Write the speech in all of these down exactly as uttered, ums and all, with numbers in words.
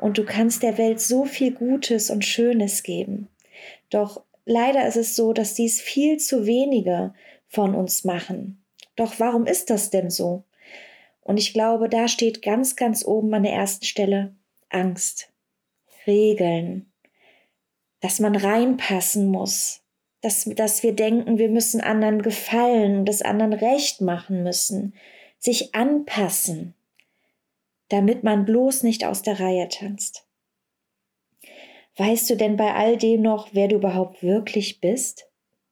und du kannst der Welt so viel Gutes und Schönes geben. Doch leider ist es so, dass dies viel zu wenige von uns machen. Doch warum ist das denn so? Und ich glaube, da steht ganz, ganz oben an der ersten Stelle Angst, Regeln, dass man reinpassen muss, dass, dass wir denken, wir müssen anderen gefallen und das anderen recht machen müssen, sich anpassen, damit man bloß nicht aus der Reihe tanzt. Weißt du denn bei all dem noch, wer du überhaupt wirklich bist?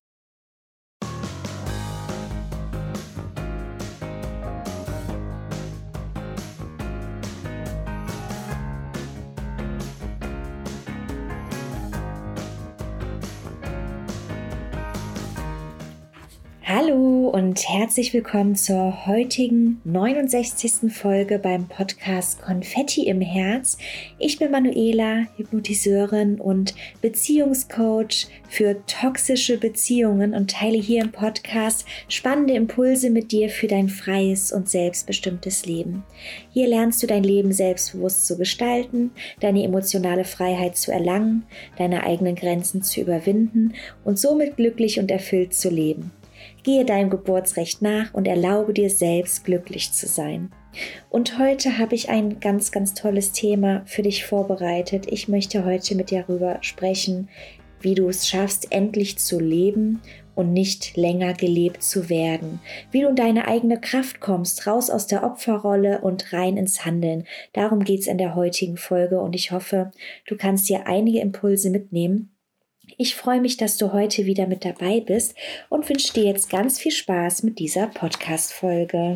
Hallo und herzlich willkommen zur heutigen neunundsechzigsten Folge beim Podcast Konfetti im Herz. Ich bin Manuela, Hypnotiseurin und Beziehungscoach für toxische Beziehungen und teile hier im Podcast spannende Impulse mit dir für dein freies und selbstbestimmtes Leben. Hier lernst du dein Leben selbstbewusst zu gestalten, deine emotionale Freiheit zu erlangen, deine eigenen Grenzen zu überwinden und somit glücklich und erfüllt zu leben. Gehe deinem Geburtsrecht nach und erlaube dir selbst glücklich zu sein. Und heute habe ich ein ganz, ganz tolles Thema für dich vorbereitet. Ich möchte heute mit dir darüber sprechen, wie du es schaffst, endlich zu leben und nicht länger gelebt zu werden. Wie du in deine eigene Kraft kommst, raus aus der Opferrolle und rein ins Handeln. Darum geht es in der heutigen Folge und ich hoffe, du kannst dir einige Impulse mitnehmen. Ich freue mich, dass du heute wieder mit dabei bist und wünsche dir jetzt ganz viel Spaß mit dieser Podcast-Folge.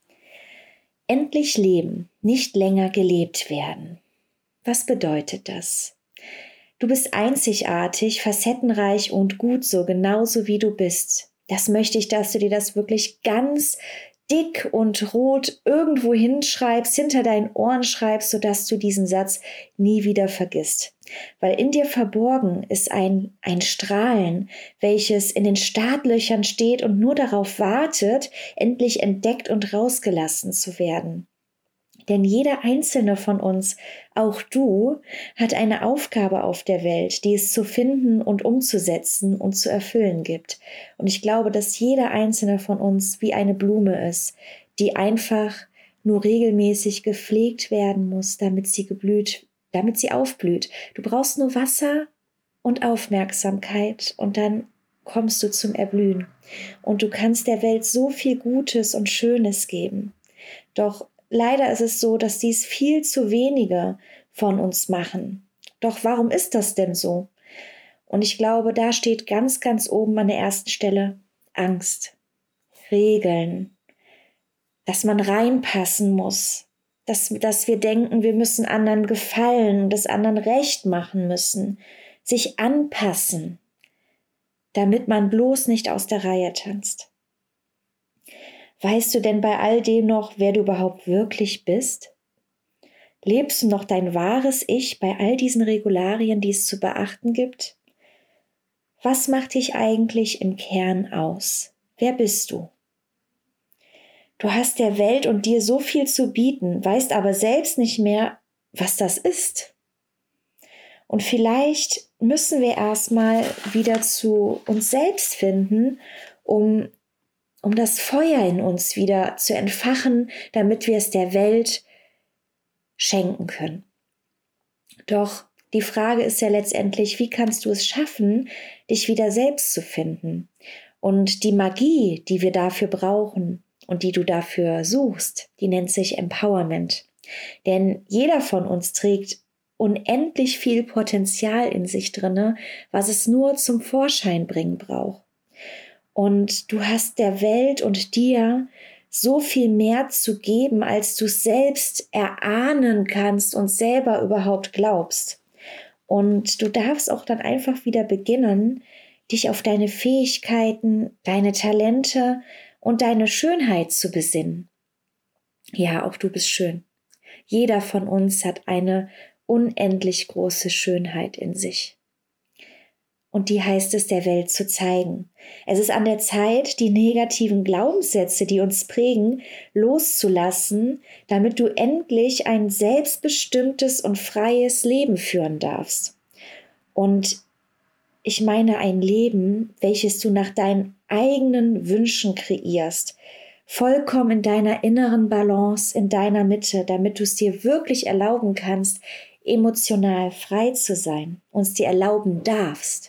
Endlich leben, nicht länger gelebt werden. Was bedeutet das? Du bist einzigartig, facettenreich und gut so, genauso wie du bist. Das möchte ich, dass du dir das wirklich ganz dick und rot irgendwo hinschreibst, hinter deinen Ohren schreibst, sodass du diesen Satz nie wieder vergisst. Weil in dir verborgen ist ein, ein Strahlen, welches in den Startlöchern steht und nur darauf wartet, endlich entdeckt und rausgelassen zu werden. Denn jeder einzelne von uns, auch du, hat eine Aufgabe auf der Welt, die es zu finden und umzusetzen und zu erfüllen gibt. Und ich glaube, dass jeder einzelne von uns wie eine Blume ist, die einfach nur regelmäßig gepflegt werden muss, damit sie geblüht, damit sie aufblüht. Du brauchst nur Wasser und Aufmerksamkeit und dann kommst du zum Erblühen. Und du kannst der Welt so viel Gutes und Schönes geben. Doch leider ist es so, dass dies viel zu wenige von uns machen. Doch warum ist das denn so? Und ich glaube, da steht ganz, ganz oben an der ersten Stelle Angst, Regeln, dass man reinpassen muss, dass, dass wir denken, wir müssen anderen gefallen und das anderen recht machen müssen, sich anpassen, damit man bloß nicht aus der Reihe tanzt. Weißt du denn bei all dem noch, wer du überhaupt wirklich bist? Lebst du noch dein wahres Ich bei all diesen Regularien, die es zu beachten gibt? Was macht dich eigentlich im Kern aus? Wer bist du? Du hast der Welt und dir so viel zu bieten, weißt aber selbst nicht mehr, was das ist. Und vielleicht müssen wir erstmal wieder zu uns selbst finden, um um das Feuer in uns wieder zu entfachen, damit wir es der Welt schenken können. Doch die Frage ist ja letztendlich, wie kannst du es schaffen, dich wieder selbst zu finden? Und die Magie, die wir dafür brauchen und die du dafür suchst, die nennt sich Empowerment. Denn jeder von uns trägt unendlich viel Potenzial in sich drinne, was es nur zum Vorschein bringen braucht. Und du hast der Welt und dir so viel mehr zu geben, als du selbst erahnen kannst und selber überhaupt glaubst. Und du darfst auch dann einfach wieder beginnen, dich auf deine Fähigkeiten, deine Talente und deine Schönheit zu besinnen. Ja, auch du bist schön. Jeder von uns hat eine unendlich große Schönheit in sich. und die heißt es, der Welt zu zeigen. Es ist an der Zeit, die negativen Glaubenssätze, die uns prägen, loszulassen, damit du endlich ein selbstbestimmtes und freies Leben führen darfst. Und ich meine ein Leben, welches du nach deinen eigenen Wünschen kreierst, vollkommen in deiner inneren Balance, in deiner Mitte, damit du es dir wirklich erlauben kannst, emotional frei zu sein und es dir erlauben darfst.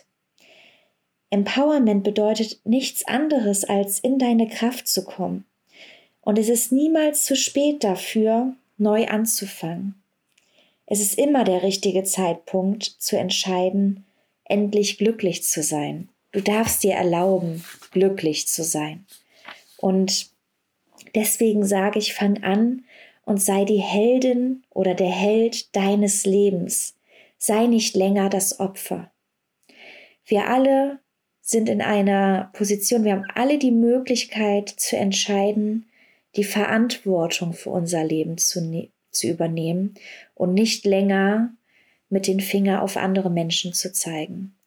Empowerment bedeutet nichts anderes, als in deine Kraft zu kommen. Und es ist niemals zu spät dafür, neu anzufangen. Es ist immer der richtige Zeitpunkt zu entscheiden, endlich glücklich zu sein. Du darfst dir erlauben, glücklich zu sein. Und deswegen sage ich, fang an und sei die Heldin oder der Held deines Lebens. Sei nicht länger das Opfer. Wir alle sind in einer Position, wir haben alle die Möglichkeit zu entscheiden, die Verantwortung für unser Leben zu, ne- zu übernehmen und nicht länger mit den Fingern auf andere Menschen zu zeigen.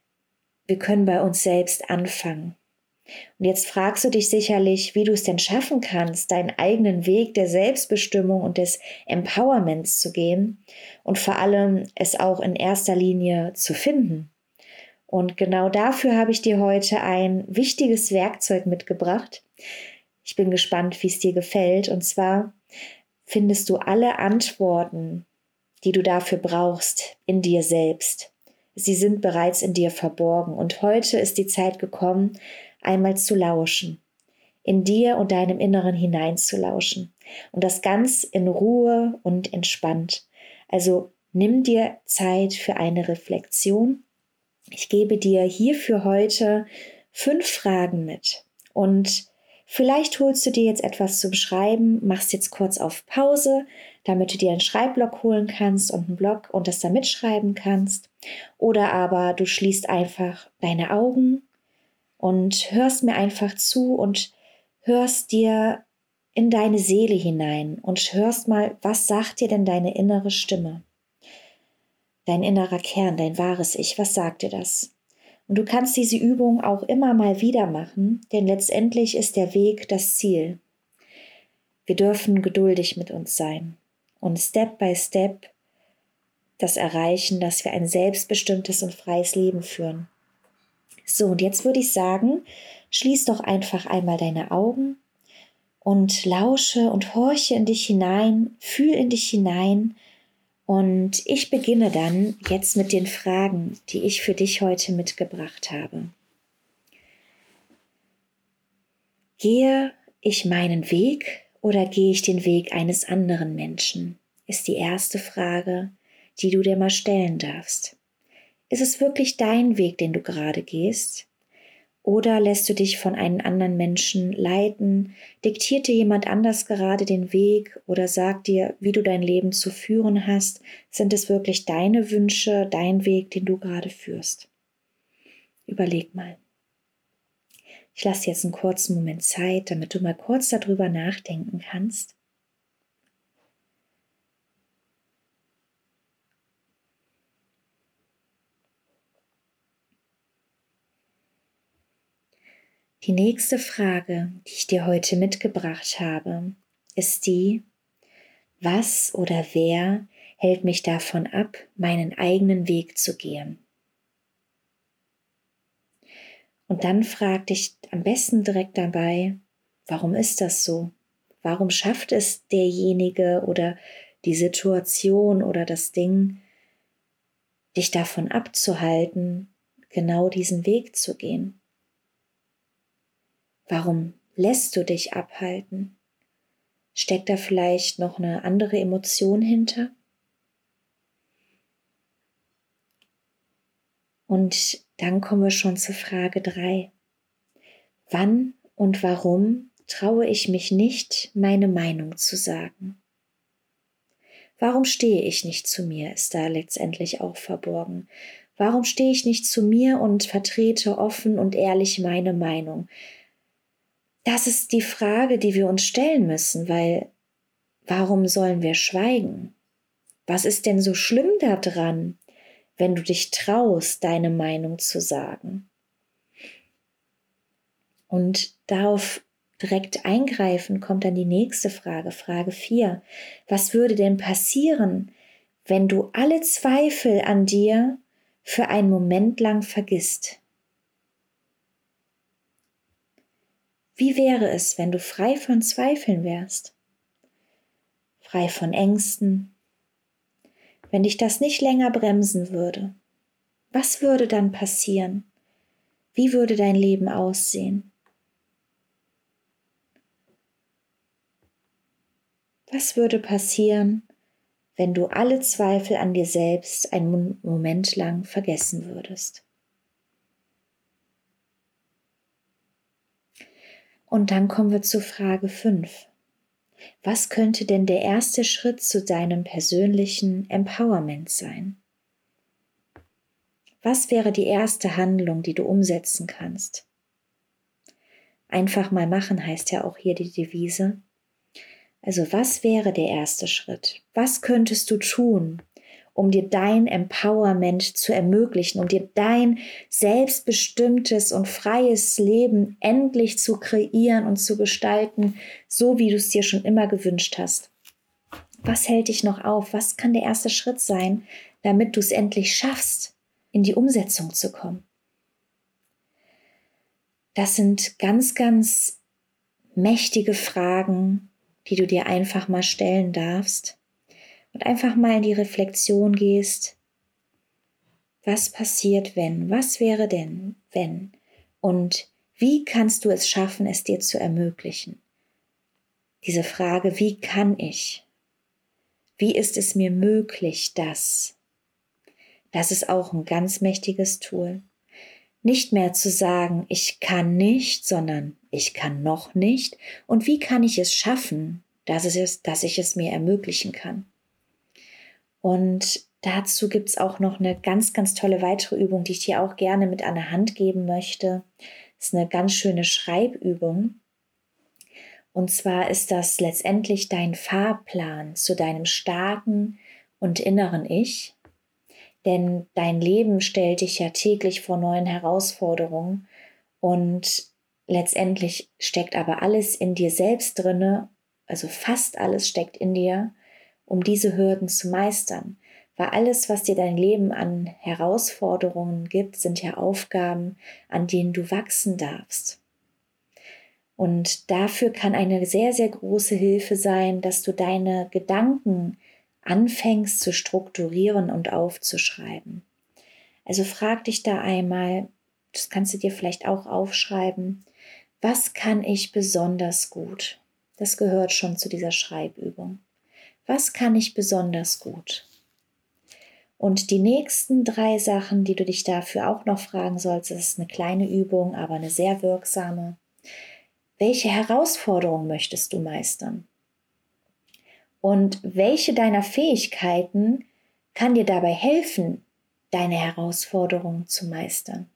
Wir können bei uns selbst anfangen. Und jetzt fragst du dich sicherlich, wie du es denn schaffen kannst, deinen eigenen Weg der Selbstbestimmung und des Empowerments zu gehen und vor allem es auch in erster Linie zu finden. Und genau dafür habe ich dir heute ein wichtiges Werkzeug mitgebracht. Ich bin gespannt, wie es dir gefällt. Und zwar findest du alle Antworten, die du dafür brauchst, in dir selbst. Sie sind bereits in dir verborgen. Und heute ist die Zeit gekommen, einmal zu lauschen, in dir und deinem Inneren hineinzulauschen. Und das ganz in Ruhe und entspannt. Also nimm dir Zeit für eine Reflexion. Ich gebe dir hier für heute fünf Fragen mit und vielleicht holst du dir jetzt etwas zum Schreiben, machst jetzt kurz auf Pause, damit du dir einen Schreibblock holen kannst und einen Block und das da mitschreiben kannst. Oder aber du schließt einfach deine Augen und hörst mir einfach zu und hörst dir in deine Seele hinein und hörst mal, was sagt dir denn deine innere Stimme? Dein innerer Kern, dein wahres Ich, was sagt dir das? Und du kannst diese Übung auch immer mal wieder machen, denn letztendlich ist der Weg das Ziel. Wir dürfen geduldig mit uns sein und Step by Step das erreichen, dass wir ein selbstbestimmtes und freies Leben führen. So, und jetzt würde ich sagen, schließ doch einfach einmal deine Augen und lausche und horche in dich hinein, fühl in dich hinein. Und ich beginne dann jetzt mit den Fragen, die ich für dich heute mitgebracht habe. Gehe ich meinen Weg oder gehe ich den Weg eines anderen Menschen? Ist die erste Frage, die du dir mal stellen darfst. Ist es wirklich dein Weg, den du gerade gehst? Oder lässt du dich von einem anderen Menschen leiten? Diktiert dir jemand anders gerade den Weg oder sagt dir, wie du dein Leben zu führen hast? Sind es wirklich deine Wünsche, dein Weg, den du gerade führst? Überleg mal. Ich lasse jetzt einen kurzen Moment Zeit, damit du mal kurz darüber nachdenken kannst. Die nächste Frage, die ich dir heute mitgebracht habe, ist die: Was oder wer hält mich davon ab, meinen eigenen Weg zu gehen? Und dann frag dich am besten direkt dabei, warum ist das so? Warum schafft es derjenige oder die Situation oder das Ding, dich davon abzuhalten, genau diesen Weg zu gehen? Warum lässt du dich abhalten? Steckt da vielleicht noch eine andere Emotion hinter? Und dann kommen wir schon zur Frage drei. Wann und warum traue ich mich nicht, meine Meinung zu sagen? Warum stehe ich nicht zu mir, ist da letztendlich auch verborgen. Warum stehe ich nicht zu mir und vertrete offen und ehrlich meine Meinung? Das ist die Frage, die wir uns stellen müssen, weil warum sollen wir schweigen? Was ist denn so schlimm daran, wenn du dich traust, deine Meinung zu sagen. Und darauf direkt eingreifen kommt dann die nächste Frage, Frage vier. Was würde denn passieren, wenn du alle Zweifel an dir für einen Moment lang vergisst? Wie wäre es, wenn du frei von Zweifeln wärst? Frei von Ängsten? Wenn dich das nicht länger bremsen würde, was würde dann passieren? Wie würde dein Leben aussehen? Was würde passieren, wenn du alle Zweifel an dir selbst einen Moment lang vergessen würdest? Und dann kommen wir zu Frage fünf. Was könnte denn der erste Schritt zu deinem persönlichen Empowerment sein? Was wäre die erste Handlung, die du umsetzen kannst? Einfach mal machen heißt ja auch hier die Devise. Also was wäre der erste Schritt? Was könntest du tun, um dir dein Empowerment zu ermöglichen, um dir dein selbstbestimmtes und freies Leben endlich zu kreieren und zu gestalten, so wie du es dir schon immer gewünscht hast? Was hält dich noch auf? Was kann der erste Schritt sein, damit du es endlich schaffst, in die Umsetzung zu kommen? Das sind ganz, ganz mächtige Fragen, die du dir einfach mal stellen darfst und einfach mal in die Reflexion gehst. Was passiert, wenn? Was wäre denn, wenn? Und wie kannst du es schaffen, es dir zu ermöglichen? Diese Frage, wie kann ich? Wie ist es mir möglich, dass? Das ist auch ein ganz mächtiges Tool. Nicht mehr zu sagen, ich kann nicht, sondern ich kann noch nicht. Und wie kann ich es schaffen, dass, es ist, dass ich es mir ermöglichen kann? Und dazu gibt es auch noch eine ganz, ganz tolle weitere Übung, die ich dir auch gerne mit an der Hand geben möchte. Das ist eine ganz schöne Schreibübung. Und zwar ist das letztendlich dein Fahrplan zu deinem starken und inneren Ich. Denn dein Leben stellt dich ja täglich vor neuen Herausforderungen und letztendlich steckt aber alles in dir selbst drinne, also fast alles steckt in dir, um diese Hürden zu meistern. Weil alles, was dir dein Leben an Herausforderungen gibt, sind ja Aufgaben, an denen du wachsen darfst. Und dafür kann eine sehr, sehr große Hilfe sein, dass du deine Gedanken anfängst zu strukturieren und aufzuschreiben. Also frag dich da einmal, das kannst du dir vielleicht auch aufschreiben, was kann ich besonders gut? Das gehört schon zu dieser Schreibübung. Was kann ich besonders gut? Und die nächsten drei Sachen, die du dich dafür auch noch fragen sollst, das ist eine kleine Übung, aber eine sehr wirksame. Welche Herausforderung möchtest du meistern? Und welche deiner Fähigkeiten kann dir dabei helfen, deine Herausforderungen zu meistern?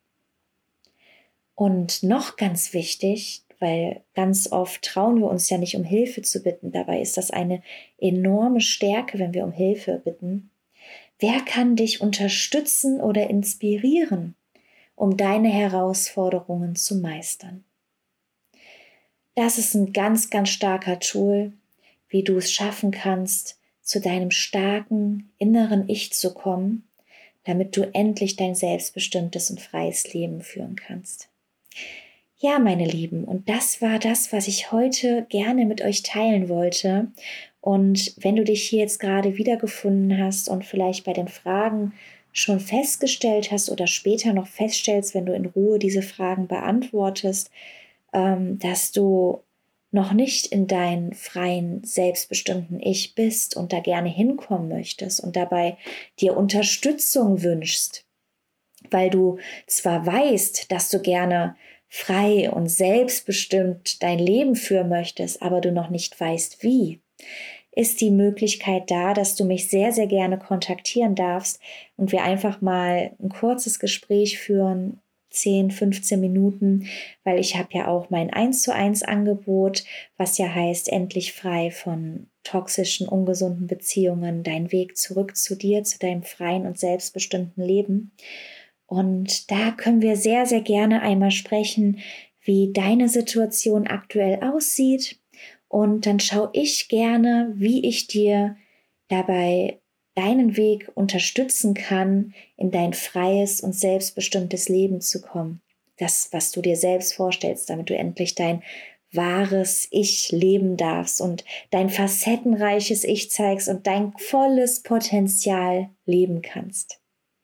Und noch ganz wichtig, weil ganz oft trauen wir uns ja nicht, um Hilfe zu bitten. Dabei ist das eine enorme Stärke, wenn wir um Hilfe bitten. Wer kann dich unterstützen oder inspirieren, um deine Herausforderungen zu meistern? Das ist ein ganz, ganz starker Tool, wie du es schaffen kannst, zu deinem starken inneren Ich zu kommen, damit du endlich dein selbstbestimmtes und freies Leben führen kannst. Ja, meine Lieben, und das war das, was ich heute gerne mit euch teilen wollte. Und wenn du dich hier jetzt gerade wiedergefunden hast und vielleicht bei den Fragen schon festgestellt hast oder später noch feststellst, wenn du in Ruhe diese Fragen beantwortest, ähm, dass du noch nicht in deinem freien, selbstbestimmten Ich bist und da gerne hinkommen möchtest und dabei dir Unterstützung wünschst, weil du zwar weißt, dass du gerne frei und selbstbestimmt dein Leben führen möchtest, aber du noch nicht weißt, wie, ist die Möglichkeit da, dass du mich sehr, sehr gerne kontaktieren darfst und wir einfach mal ein kurzes Gespräch führen, zehn, fünfzehn Minuten, weil ich habe ja auch mein eins zu eins Angebot, was ja heißt, endlich frei von toxischen, ungesunden Beziehungen, deinen Weg zurück zu dir, zu deinem freien und selbstbestimmten Leben. Und da können wir sehr, sehr gerne einmal sprechen, wie deine Situation aktuell aussieht. Und dann schaue ich gerne, wie ich dir dabei deinen Weg unterstützen kann, in dein freies und selbstbestimmtes Leben zu kommen. Das, was du dir selbst vorstellst, damit du endlich dein wahres Ich leben darfst und dein facettenreiches Ich zeigst und dein volles Potenzial leben kannst.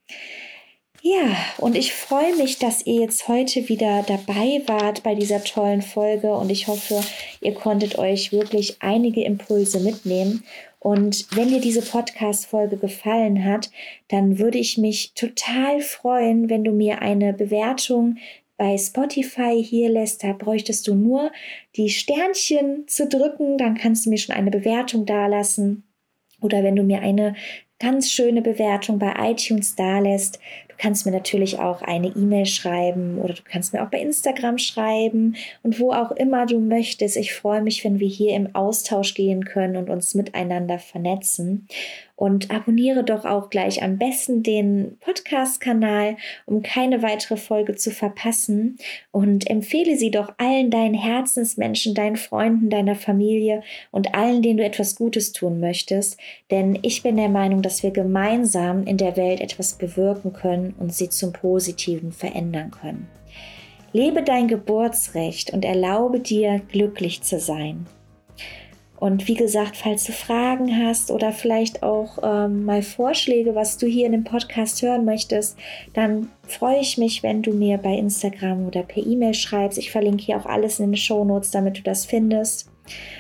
Ja, und ich freue mich, dass ihr jetzt heute wieder dabei wart bei dieser tollen Folge und ich hoffe, ihr konntet euch wirklich einige Impulse mitnehmen. Und wenn dir diese Podcast-Folge gefallen hat, dann würde ich mich total freuen, wenn du mir eine Bewertung bei Spotify hier lässt. Da bräuchtest du nur die Sternchen zu drücken, dann kannst du mir schon eine Bewertung dalassen. Oder wenn du mir eine ganz schöne Bewertung bei iTunes dalässt. Du kannst mir natürlich auch eine E-Mail schreiben oder du kannst mir auch bei Instagram schreiben und wo auch immer du möchtest. Ich freue mich, wenn wir hier im Austausch gehen können und uns miteinander vernetzen. Und abonniere doch auch gleich am besten den Podcast-Kanal, um keine weitere Folge zu verpassen. Und empfehle sie doch allen deinen Herzensmenschen, deinen Freunden, deiner Familie und allen, denen du etwas Gutes tun möchtest. Denn ich bin der Meinung, dass wir gemeinsam in der Welt etwas bewirken können und sie zum Positiven verändern können. Lebe dein Geburtsrecht und erlaube dir, glücklich zu sein. Und wie gesagt, falls du Fragen hast oder vielleicht auch ähm, mal Vorschläge, was du hier in dem Podcast hören möchtest, dann freue ich mich, wenn du mir bei Instagram oder per E-Mail schreibst. Ich verlinke hier auch alles in den Shownotes, damit du das findest.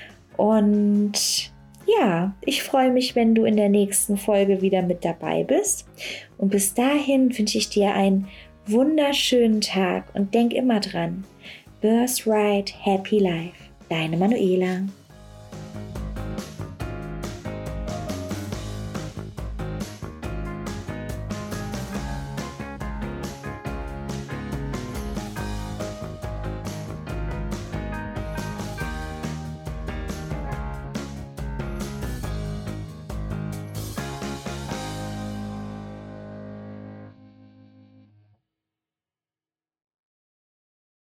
Und ja, ich freue mich, wenn du in der nächsten Folge wieder mit dabei bist. Und bis dahin wünsche ich dir einen wunderschönen Tag und denk immer dran. Birthright Happy Life. Deine Manuela.